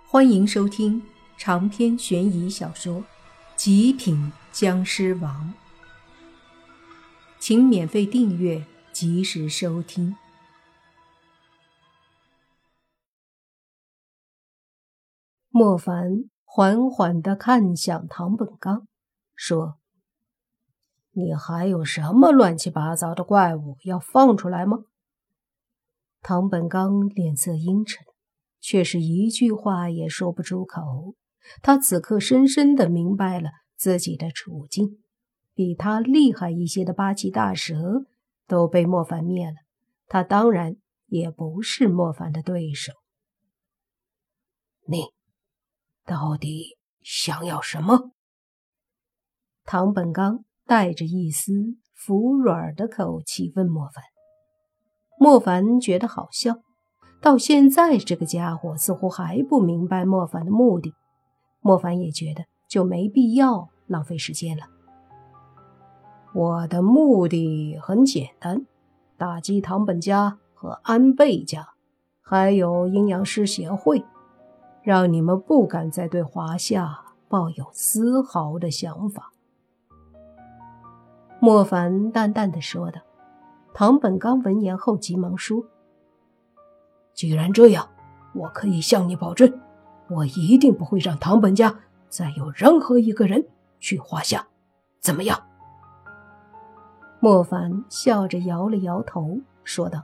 欢迎收听长篇悬疑小说《极品僵尸王》，请免费订阅，及时收听。莫凡缓缓地看向唐本刚，说：“你还有什么乱七八糟的怪物要放出来吗？”唐本刚脸色阴沉，却是一句话也说不出口。他此刻深深地明白了自己的处境，比他厉害一些的八岐大蛇都被莫凡灭了，他当然也不是莫凡的对手。 你到底想要什么？ 唐本刚带着一丝服软的口气问莫凡。莫凡觉得好笑，到现在这个家伙似乎还不明白莫凡的目的。莫凡也觉得就没必要浪费时间了。我的目的很简单，打击唐本家和安倍家，还有阴阳师协会，让你们不敢再对华夏抱有丝毫的想法。莫凡淡淡地说道。唐本刚闻言后急忙说：“ 既然这样，我可以向你保证，我一定不会让唐本家再有任何一个人去华夏，怎么样？” 莫凡笑着摇了摇头，说道：“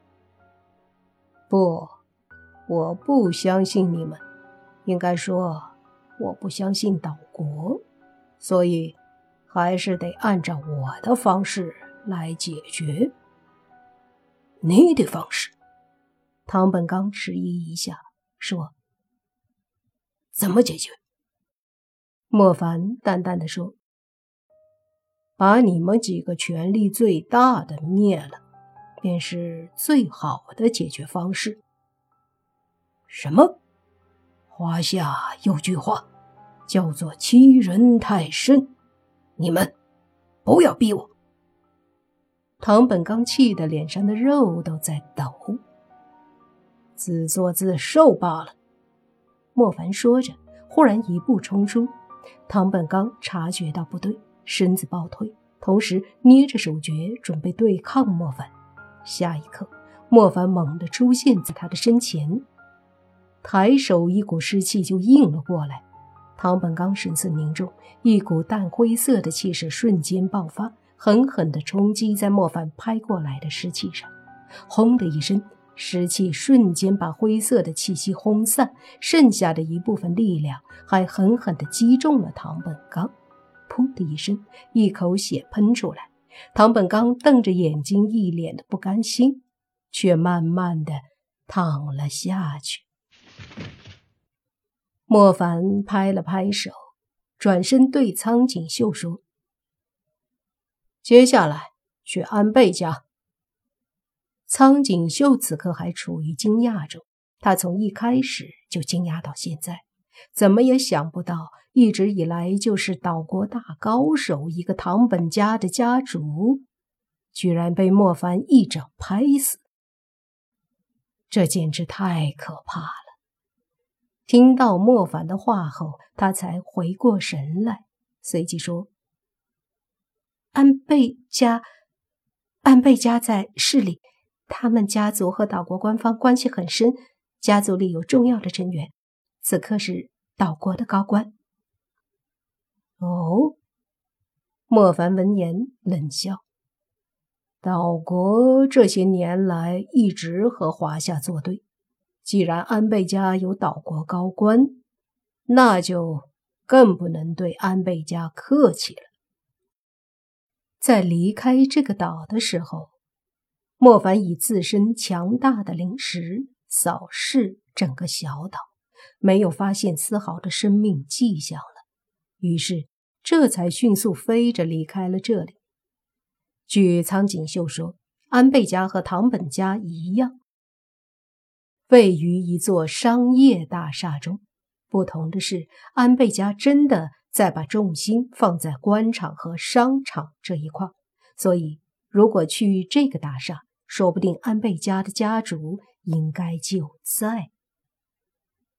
不，我不相信你们，应该说我不相信岛国，所以还是得按照我的方式来解决。” 你的方式？ 唐本刚迟疑一下，说：“ 怎么解决？” 莫凡淡淡地说：“把你们几个权力最大的灭了，便是最好的解决方式。” 什么？华夏有句话叫做欺人太甚，你们不要逼我。 唐本刚气得脸上的肉都在抖。自作自受罢了。莫凡说着，忽然一步冲出。唐本刚察觉到不对，身子暴退，同时捏着手诀准备对抗莫凡。下一刻，莫凡猛地出现在他的身前，抬手一股湿气就应了过来。唐本刚神色凝重，一股淡灰色的气势瞬间爆发，狠狠地冲击在莫凡拍过来的湿气上。轰的一声，湿气瞬间把灰色的气息轰散，剩下的一部分力量还狠狠地击中了唐本刚。噗的一声，一口血喷出来。唐本刚瞪着眼睛，一脸的不甘心，却慢慢地躺了下去。莫凡拍了拍手，转身对苍井秀说：“接下来去安倍家。”苍井秀此刻还处于惊讶中，他从一开始就惊讶到现在，怎么也想不到一直以来就是岛国大高手一个唐本家的家主，居然被莫凡一掌拍死，这简直太可怕了。听到莫凡的话后，他才回过神来，随即说：“安倍家在市里，他们家族和岛国官方关系很深，家族里有重要的成员，此刻是岛国的高官。”哦，莫凡闻言冷笑。岛国这些年来一直和华夏作对，既然安倍家有岛国高官，那就更不能对安倍家客气了。在离开这个岛的时候，莫凡以自身强大的灵识扫视整个小岛，没有发现丝毫的生命迹象了，于是这才迅速飞着离开了这里。据苍井秀说，安倍家和唐本家一样，位于一座商业大厦中，不同的是，安倍家真的在把重心放在官场和商场这一块，所以如果去这个大厦，说不定安倍家的家主应该就在。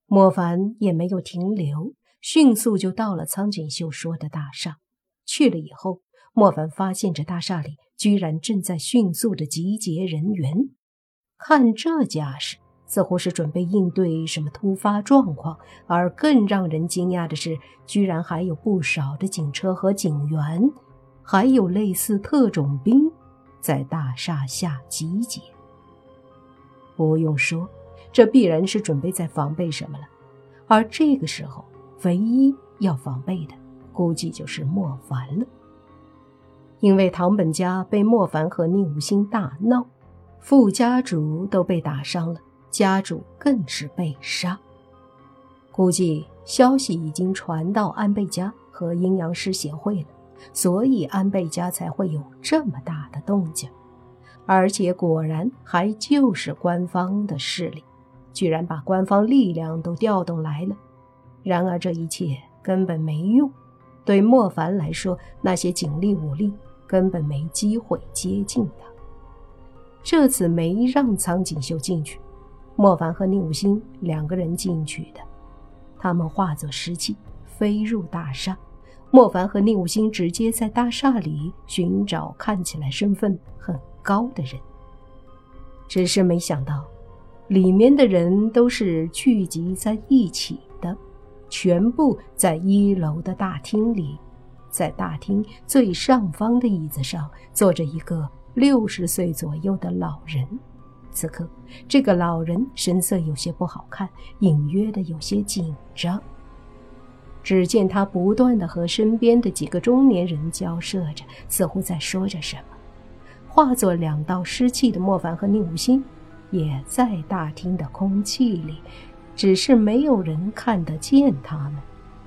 莫凡也没有停留，迅速就到了苍井秀说的大厦。去了以后，莫凡发现这大厦里居然正在迅速的集结人员，看这架势，似乎是准备应对什么突发状况。而更让人惊讶的是，居然还有不少的警车和警员，还有类似特种兵在大厦下集结。不用说，这必然是准备在防备什么了。而这个时候，唯一要防备的估计就是莫凡了。因为堂本家被莫凡和宁无心大闹，副家主都被打伤了，家主更是被杀。估计消息已经传到安倍家和阴阳师协会了，所以安倍家才会有这么大的动静。而且果然还就是官方的势力，居然把官方力量都调动来了。然而这一切根本没用，对莫凡来说，那些警力武力根本没机会接近他。这次没让苍井秀进去，莫凡和宁武星两个人进去的。他们化作尸气飞入大厦，莫凡和宁武星直接在大厦里寻找看起来身份很高的人。只是没想到里面的人都是聚集在一起的，全部在1楼的大厅里。在大厅最上方的椅子上坐着一个60岁左右的老人。此刻这个老人神色有些不好看，隐约的有些紧张。只见他不断地和身边的几个中年人交涉着，似乎在说着什么。化作2道尸气的莫凡和宁无心也在大厅的空气里，只是没有人看得见他们。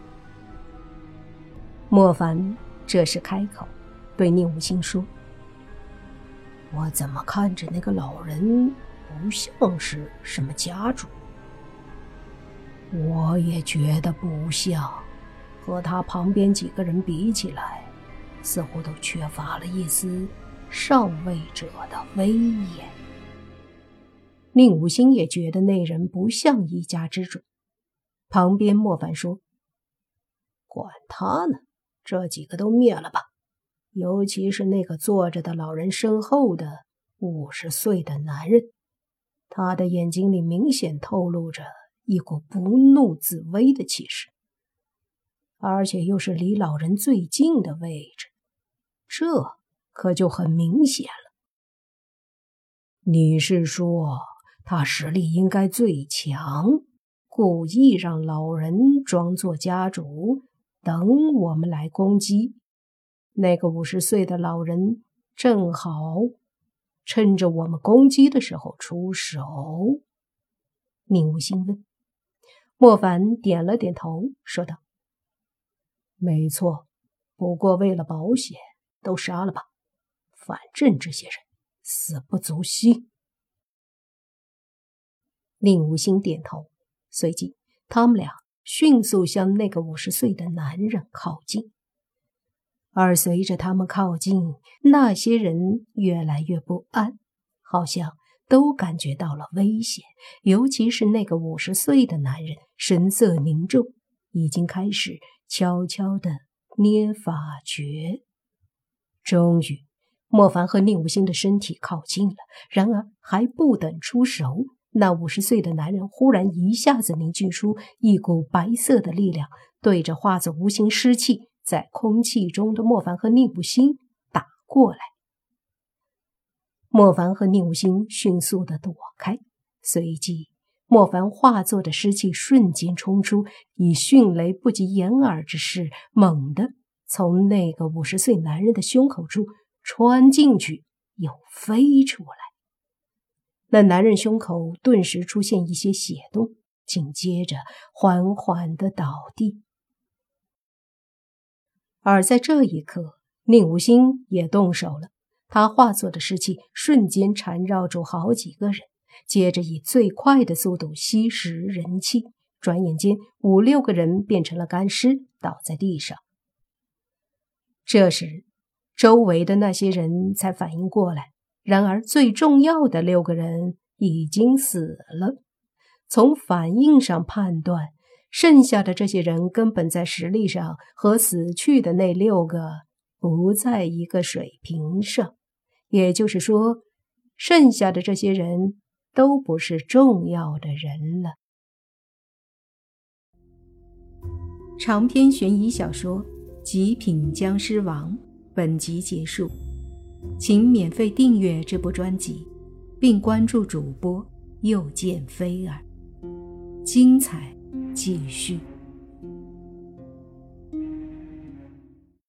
莫凡这时开口对宁无心说：我怎么看着那个老人不像是什么家主？我也觉得不像，和他旁边几个人比起来，似乎都缺乏了一丝上位者的威严。宁武星也觉得那人不像一家之主。旁边莫凡说：管他呢，这几个都灭了吧，尤其是那个坐着的老人身后的50岁的男人，他的眼睛里明显透露着一股不怒自威的气势，而且又是离老人最近的位置，这可就很明显了。你是说他实力应该最强，故意让老人装作家主，等我们来攻击。那个50岁的老人正好趁着我们攻击的时候出手。宁无心问。莫凡点了点头，说道：没错，不过为了保险，都杀了吧，反正这些人死不足惜。宁无心点头，随即他们俩迅速向那个50岁的男人靠近。而随着他们靠近，那些人越来越不安，好像都感觉到了危险，尤其是那个50岁的男人，神色凝重，已经开始悄悄地捏法诀。终于，莫凡和宁无心的身体靠近了，然而还不等出手，那50岁的男人忽然一下子凝聚出一股白色的力量，对着化作无形尸气在空气中的莫凡和宁无心打过来。莫凡和宁无心迅速地躲开，随即莫凡化作的尸气瞬间冲出，以迅雷不及掩耳之势猛地从那个50岁男人的胸口处穿进去，又飞出来。那男人胸口顿时出现一些血洞，紧接着缓缓地倒地。而在这一刻，宁无心也动手了，他化作的尸气瞬间缠绕住好几个人，接着以最快的速度吸食人气，转眼间5、6个人变成了干尸，倒在地上。这时周围的那些人才反应过来，然而最重要的6个人已经死了。 从反应上判断，剩下的这些人根本在实力上和死去的那6个不在一个水平上。也就是说，剩下的这些人都不是重要的人了。长篇悬疑小说《极品僵尸王》本集结束，请免费订阅这部专辑，并关注主播又见菲儿，精彩继续。